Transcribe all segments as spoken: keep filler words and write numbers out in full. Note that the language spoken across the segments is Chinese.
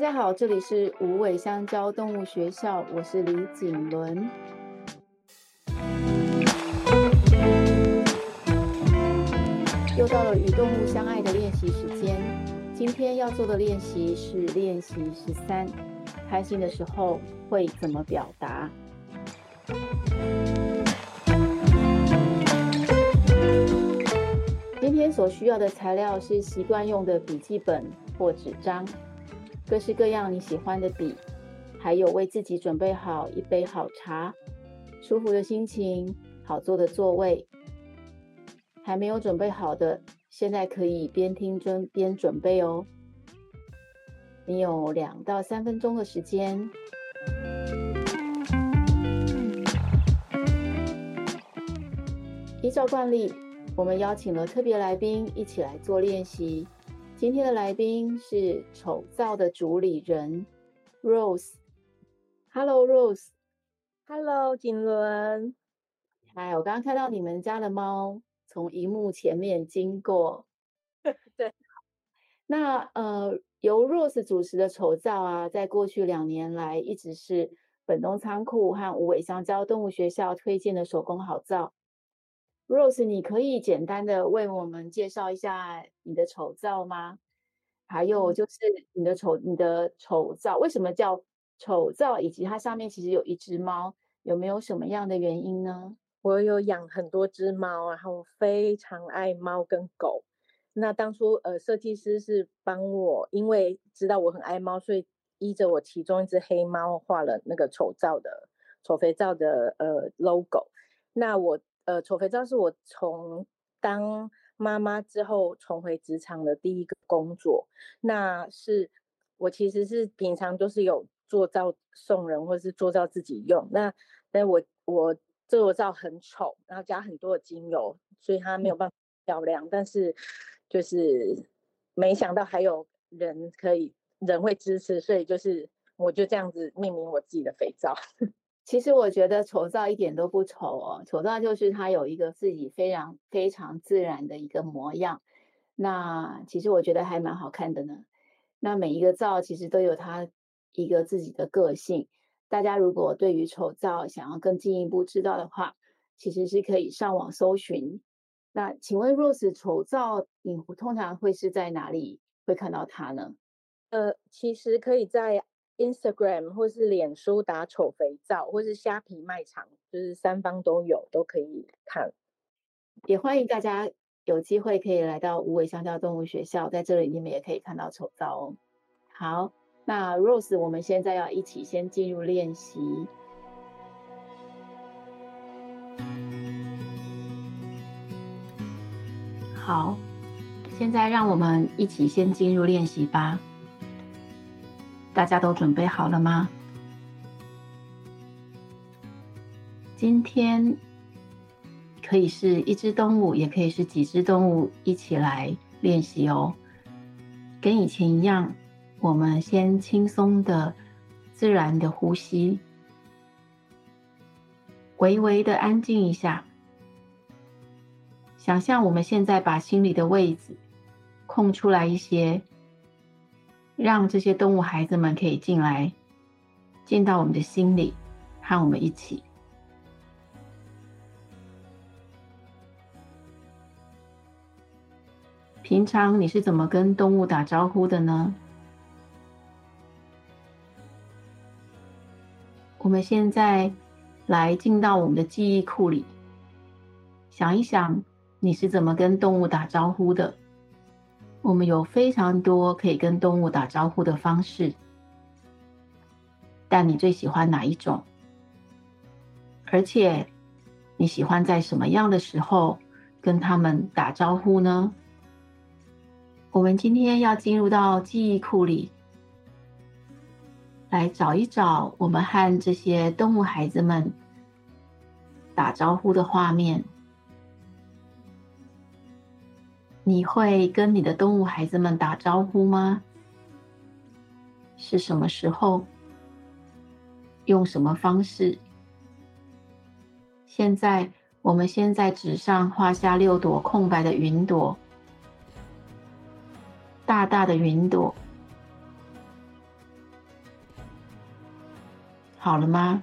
家好，这里是无尾香蕉动物学校，我是李瑾伦。又到了与动物相爱的练习时间，今天要做的练习是练习十三，开心的时候会怎么表达？今天所需要的材料是习惯用的笔记本或纸张，各式各样你喜欢的笔，还有为自己准备好一杯好茶，舒服的心情，好坐的座位。还没有准备好的，现在可以边听边准备哦。你有两到三分钟的时间。依照惯例，我们邀请了特别来宾一起来做练习。今天的来宾是丑皂的主理人 Rose。Hello Rose。Hello 瑾伦。 嗨，我刚刚看到你们家的猫从荧幕前面经过。 对。 那呃，由 Rose 主持的丑皂啊，在过去两年来一直是本东仓库和无尾香蕉动物学校推荐的手工好皂。Rose， 你可以简单的为我们介绍一下你的丑皂吗？还有就是你的丑你的丑皂为什么叫丑皂，以及它上面其实有一只猫，有没有什么样的原因呢？ 我有养很多只猫，然后非常爱猫跟狗。那当初呃设计师是帮我，因为知道我很爱猫，所以依着我其中一只黑猫画了那个丑皂的丑肥皂的呃 logo。那我呃丑肥皂是我从当妈妈之后重回职场的第一个工作。那是我其实是平常都是有做皂送人或是做皂自己用。那但我我这个皂很丑，然后加很多的精油，所以它没有办法漂亮。但是就是没想到还有人可以人会支持，所以就是我就这样子命名我自己的肥皂。 其实我觉得丑皂一点都不丑哦，丑皂就是它有一个自己非常非常自然的一个模样。那其实我觉得还蛮好看的呢。那每一个皂其实都有它一个自己的个性。大家如果对于丑皂想要更进一步知道的话，其实是可以上网搜寻。那请问 Rose， 丑皂你通常会是在哪里会看到它呢？ 呃，其实可以在 Instagram 或是脸书打丑肥皂，或是虾皮卖场，就是三方都有，都可以看。 也欢迎大家有机会可以来到无尾香蕉动物学校，在这里你们也可以看到丑皂哦。好，那 Rose， 我们现在要一起先进入练习。好，现在让我们一起先进入练习吧。大家都准备好了吗？今天可以是一只动物，也可以是几只动物一起来练习哦。跟以前一样，我们先轻松的、自然的呼吸，微微的安静一下。想象我们现在把心里的位置空出来一些，让这些动物孩子们可以进来，进到我们的心里，和我们一起。平常你是怎么跟动物打招呼的呢？我们现在来进到我们的记忆库里，想一想你是怎么跟动物打招呼的。我们有非常多可以跟动物打招呼的方式，但你最喜欢哪一种？而且你喜欢在什么样的时候跟他们打招呼呢？我们今天要进入到记忆库里，来找一找我们和这些动物孩子们打招呼的画面。你会跟你的动物孩子们打招呼吗？是什么时候？用什么方式？现在，我们先在纸上画下六朵空白的云朵，大大的云朵， 好了吗？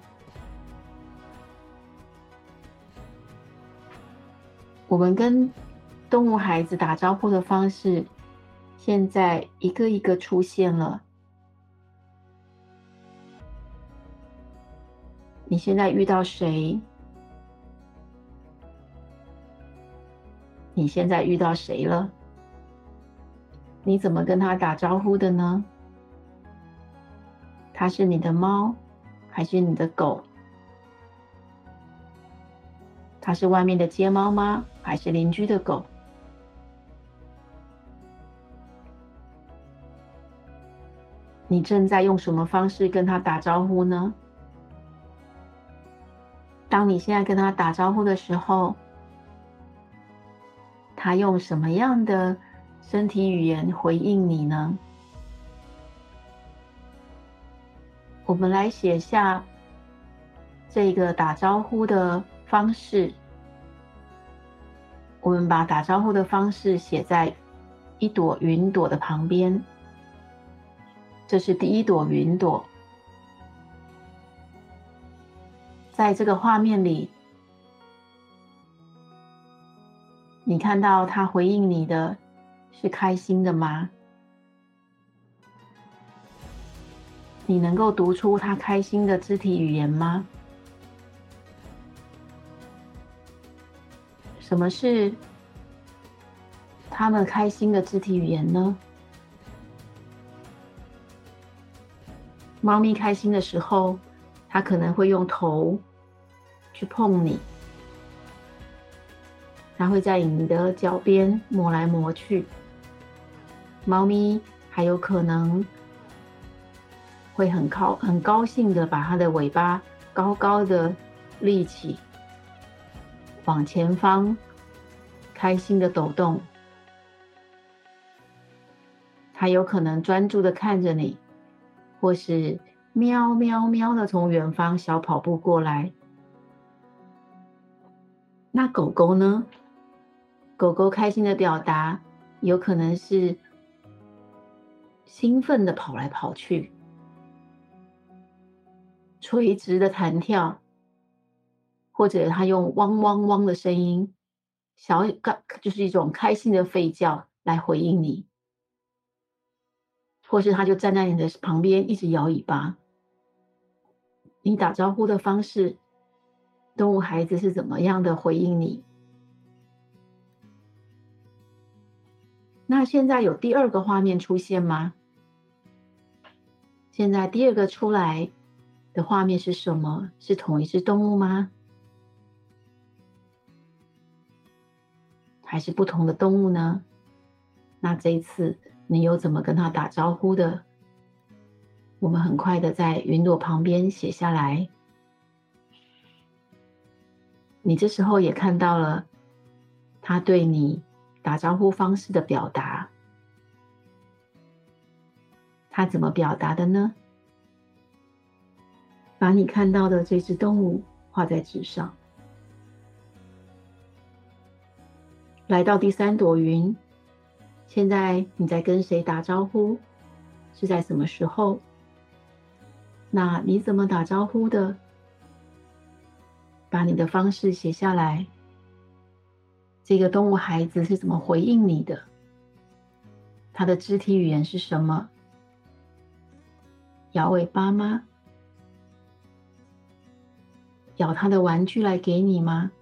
我们跟动物孩子打招呼的方式，现在一个一个出现了。你现在遇到谁？你现在遇到谁了？你怎么跟他打招呼的呢？他是你的猫，还是你的狗？他是外面的街猫吗？还是邻居的狗？你正在用什么方式跟他打招呼呢？当你现在跟他打招呼的时候，他用什么样的身体语言回应你呢？我们来写下这个打招呼的方式。我们把打招呼的方式写在一朵云朵的旁边。这是第一朵云朵。在这个画面里，你看到他回应你的是开心的吗？你能够读出他开心的肢体语言吗？什么是他们开心的肢体语言呢？猫咪开心的时候，它可能会用头去碰你，它会在你的脚边磨来磨去。猫咪还有可能会很高很高兴的把它的尾巴高高的立起，往前方开心的抖动。它有可能专注的看着你，或是喵喵喵的从远方小跑步过来。那狗狗呢？狗狗开心的表达有可能是兴奋的跑来跑去，垂直的弹跳，或者它用汪汪汪的声音，小就是一种开心的吠叫来回应你，或是它就站在你的旁边一直摇尾巴。你打招呼的方式，动物孩子是怎么样的回应你？那现在有第二个画面出现吗？现在第二个出来的画面是什么？是同一只动物吗？还是不同的动物呢？那这一次你又怎么跟它打招呼的？我们很快的在云朵旁边写下来。你这时候也看到了它对你打招呼方式的表达。它怎么表达的呢？把你看到的这只动物画在纸上。来到第三朵云，现在你在跟谁打招呼？是在什么时候？那你怎么打招呼的？把你的方式写下来。这个动物孩子是怎么回应你的？它的肢体语言是什么？摇尾巴吗？咬它的玩具来给你吗？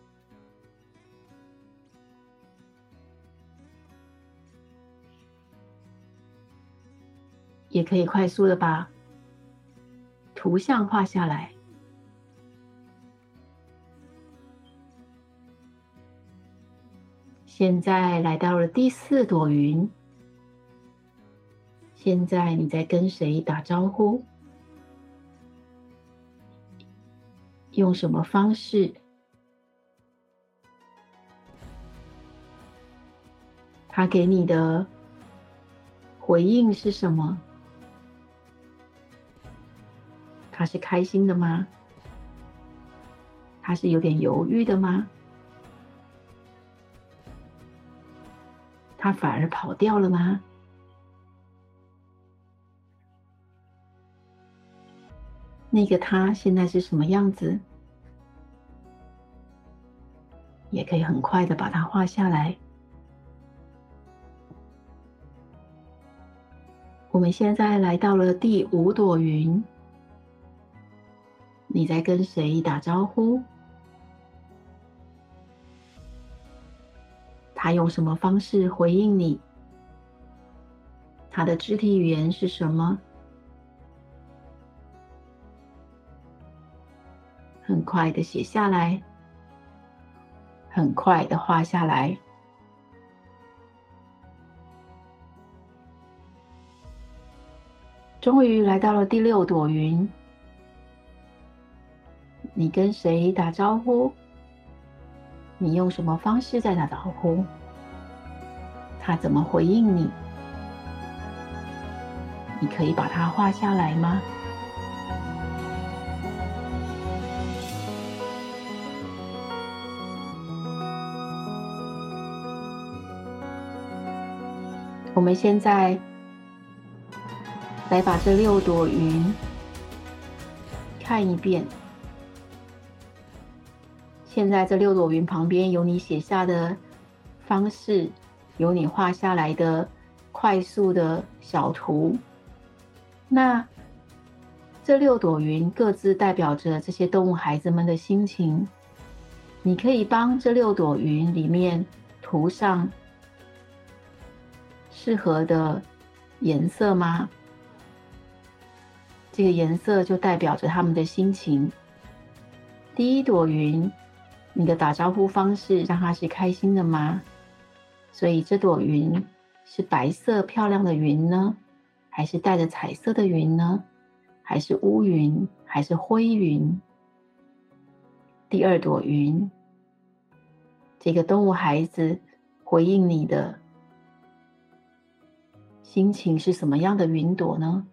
也可以快速的把图像画下来。现在来到了第四朵云，现在你在跟谁打招呼？用什么方式？他给你的回应是什么？他是开心的吗？他是有点犹豫的吗？他反而跑掉了吗？ 那个他现在是什么样子，也可以很快的把它画下来。我们现在来到了第五朵云，你在跟谁打招呼？他用什么方式回应你？他的肢体语言是什么？很快的写下来，很快的画下来。终于来到了第六朵云，你跟谁打招呼？你用什么方式在打招呼？他怎么回应你？你可以把它画下来吗？我们现在来把这六朵云看一遍。现在这六朵云旁边有你写下的方式，有你画下来的快速的小图。那这六朵云各自代表着这些动物孩子们的心情。你可以帮这六朵云里面涂上适合的颜色吗？这个颜色就代表着他们的心情。第一朵云，你的打招呼方式让它是开心的吗？所以这朵云是白色漂亮的云呢，还是带着彩色的云呢？还是乌云，还是灰云？第二朵云，这个动物孩子回应你的心情是什么样的云朵呢？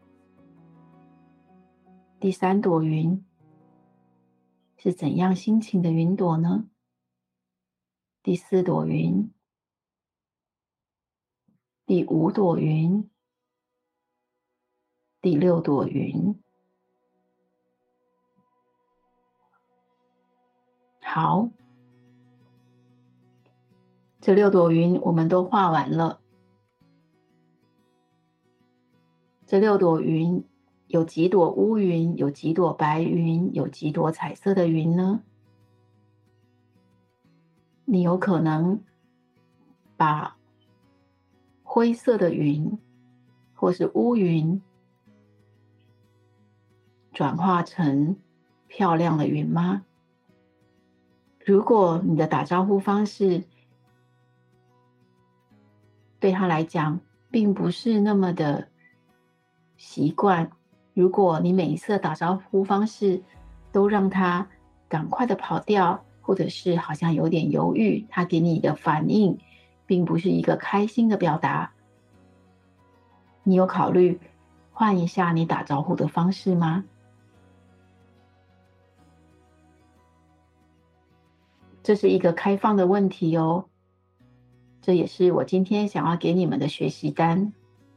第三朵云是怎样心情的云朵呢？第四朵云，第五朵云，第六朵云。好，这六朵云我们都画完了。这六朵云有几朵乌云，有几朵白云，有几朵彩色的云呢？你有可能把灰色的云或是乌云转化成漂亮的云吗？如果你的打招呼方式对他来讲并不是那么的习惯，如果你每一次的打招呼方式都让他赶快的跑掉，或者是好像有点犹豫，他给你的反应并不是一个开心的表达，你有考虑换一下你打招呼的方式吗？这是一个开放的问题哦，这也是我今天想要给你们的学习单。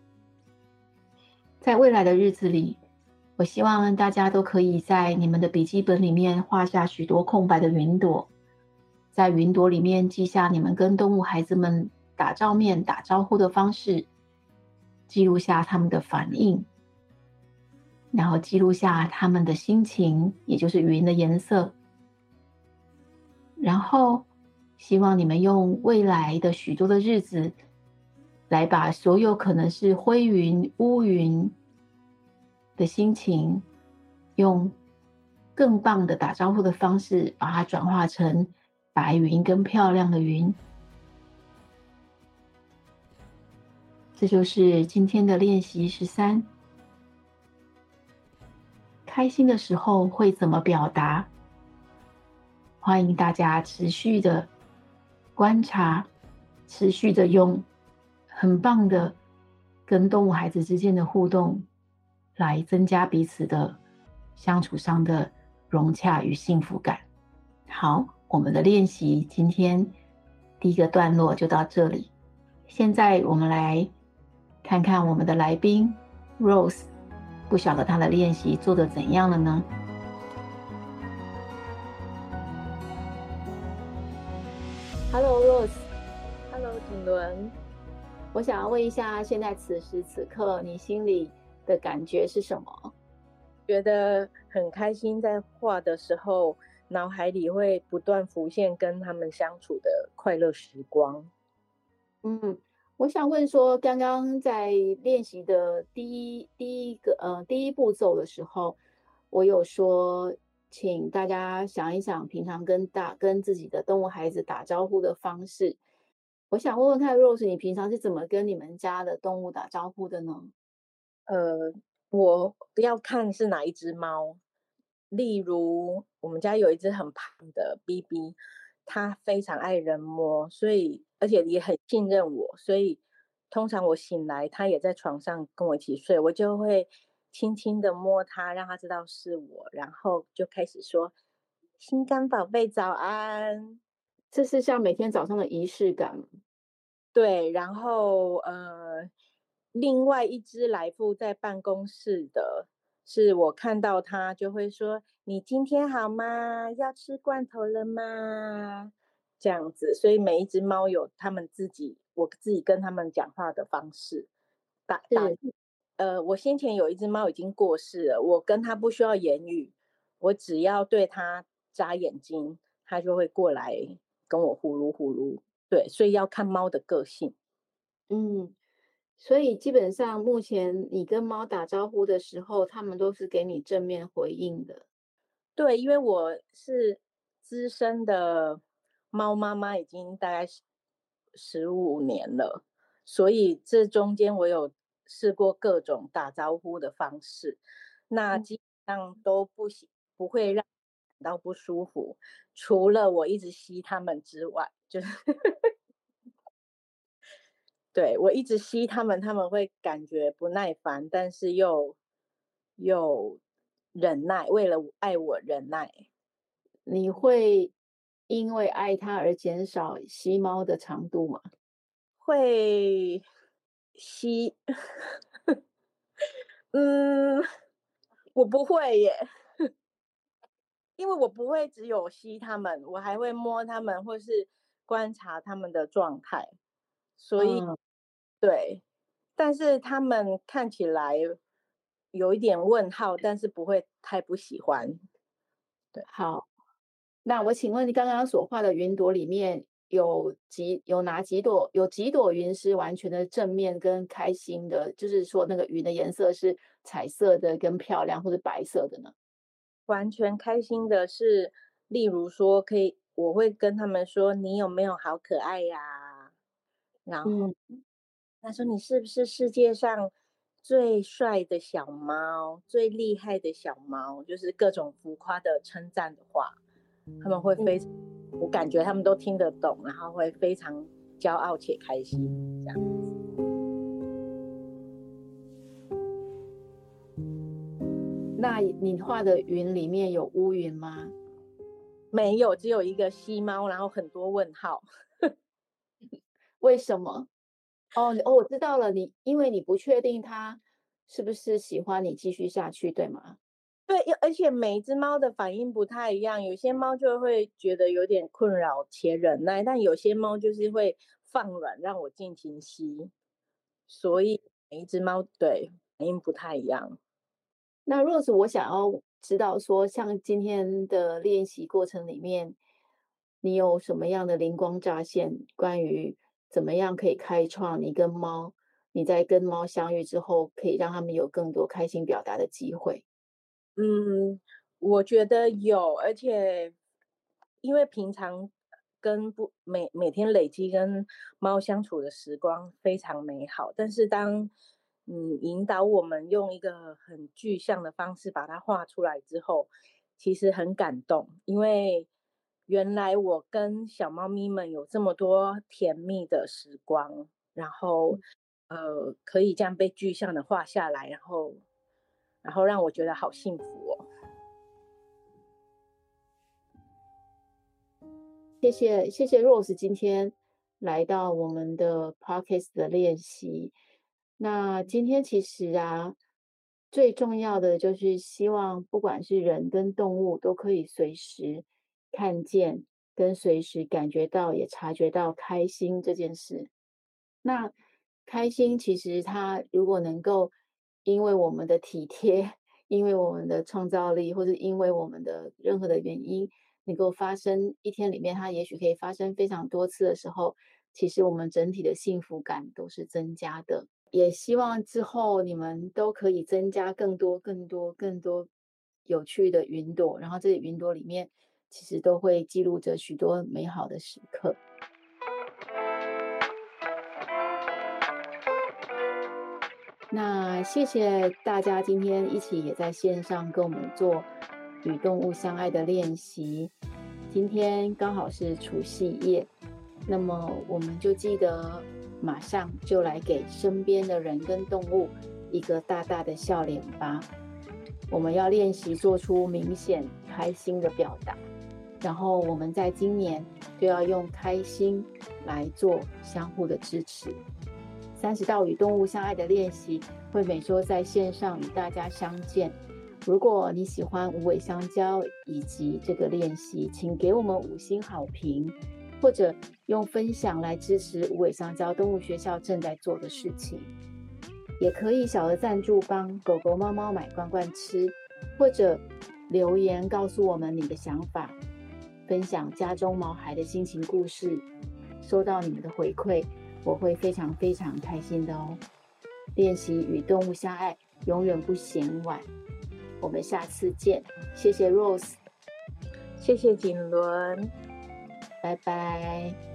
在未来的日子里，我希望大家都可以在你们的笔记本里面画下许多空白的云朵，在云朵里面记下你们跟动物孩子们打照面、打招呼的方式，记录下他们的反应，然后记录下他们的心情，也就是云的颜色。然后希望你们用未来的许多的日子来把所有可能是灰云、乌云的心情，用更棒的打招呼的方式把它转化成白云跟漂亮的云。这就是今天的练习十三。开心的时候会怎么表达？欢迎大家持续的观察，持续的用很棒的跟动物孩子之间的互动来增加彼此的相处上的融洽与幸福感。好，我们的练习今天第一个段落就到这里。现在我们来看看我们的来宾 Rose 不晓得他的练习做得怎样了呢？ Hello Rose， Hello， 景伦， 我想要问一下，现在此时此刻你心里的感觉是什么？ 觉得很开心，在画的时候，脑海里会不断浮现跟他们相处的快乐时光。 嗯，我想问说，刚刚在练习的第一第一个呃第一步骤的时候，我有说，请大家想一想，平常跟大跟自己的动物孩子打招呼的方式。我想问问看，Rose，你平常是怎么跟你们家的动物打招呼的呢？ 呃，我要看是哪一只猫。例如，我们家有一只很胖的 B B， 它非常爱人摸，所以而且也很信任我，所以通常我醒来，它也在床上跟我一起睡，我就会轻轻的摸它，让它知道是我，然后就开始说"心肝宝贝早安"。 这是像每天早上的仪式感吗？ 对，然后呃，另外一只来复在办公室的，是我看到它就会说："你今天好吗？要吃罐头了吗？"这样子，所以每一只猫有它们自己，我自己跟它们讲话的方式。打打， 是， 呃，我先前有一只猫已经过世了，我跟它不需要言语，我只要对它眨眼睛，它就会过来跟我呼噜呼噜。对，所以要看猫的个性。 嗯，所以基本上目前你跟猫打招呼的时候，它们都是给你正面回应的。 对，因为我是资深的猫妈妈，已经大概十十五年了，所以这中间我有试过各种打招呼的方式，那嗯， 基本上都不行，不会让感到不舒服，除了我一直吸它们之外，就是对，我一直吸它们，它们会感觉不耐烦，但是又又忍耐，为了爱我忍耐。 你会因为爱它而减少吸猫的长度吗？ 会吸，嗯，我不会耶，因为我不会只有吸它们，我还会摸它们，或是观察它们的状态，所以嗯， 对，但是它们看起来有一点问号，但是不会太不喜欢。对， 好。那我请问你刚刚所画的云朵里面有几有哪几朵有几朵云是完全的正面跟开心的？就是说那个云的颜色是彩色的跟漂亮或者白色的呢？ 完全开心的是，例如说可以，我会跟他们说：“你有没有好可爱呀？"然后嗯他说："你是不是世界上最帅的小猫，最厉害的小猫？"就是各种浮夸的称赞的话，他们会非常， 嗯， 我感觉他们都听得懂，然后会非常骄傲且开心。这样那你画的云里面有乌云吗？ 没有，只有一个吸猫，然后很多问号。 为什么？哦，你哦，我知道了，你因为你不确定它是不是喜欢你继续下去，对吗？ 对，而且每一只猫的反应不太一样，有些猫就会觉得有点困扰且忍耐，但有些猫就是会放软让我尽情吸，所以每一只猫对反应不太一样。 那若是我想要知道说，像今天的练习过程里面，你有什么样的灵光乍现，关于怎么样可以开创你跟猫，你在跟猫相遇之后，可以让它们有更多开心表达的机会？ 嗯，我觉得有，而且因为平常跟不每每天累积跟猫相处的时光非常美好，但是当你引导我们用一个很具象的方式把它画出来之后，其实很感动，因为原来我跟小猫咪们有这么多甜蜜的时光，然后呃可以这样被具象的画下来，然后然后让我觉得好幸福哦。 谢谢谢谢 Rose 今天来到我们的 Podcast 的练习。那今天其实啊， 最重要的就是希望不管是人跟动物都可以随时看见，跟随时感觉到，也察觉到开心这件事。那开心其实它如果能够因为我们的体贴，因为我们的创造力，或者因为我们的任何的原因，能够发生一天里面，它也许可以发生非常多次的时候，其实我们整体的幸福感都是增加的。也希望之后你们都可以增加更多、更多、更多有趣的云朵，然后这些云朵里面其实都会记录着许多美好的时刻。那谢谢大家今天一起也在线上跟我们做与动物相爱的练习。今天刚好是除夕夜，那么我们就记得马上就来给身边的人跟动物一个大大的笑脸吧。我们要练习做出明显开心的表达，然后我们在今年就要用开心来做相互的支持。三十道与动物相爱的练习会每周在线上与大家相见。如果你喜欢无尾香蕉以及这个练习，请给我们五星好评，或者用分享来支持无尾香蕉动物学校正在做的事情。也可以小额赞助帮狗狗猫猫买罐罐吃，或者留言告诉我们你的想法，分享家中毛孩的心情故事。收到你们的回馈，我会非常非常开心的哦。练习与动物相爱，永远不嫌晚。我们下次见，谢谢 Rose， 谢谢锦纶， 拜拜。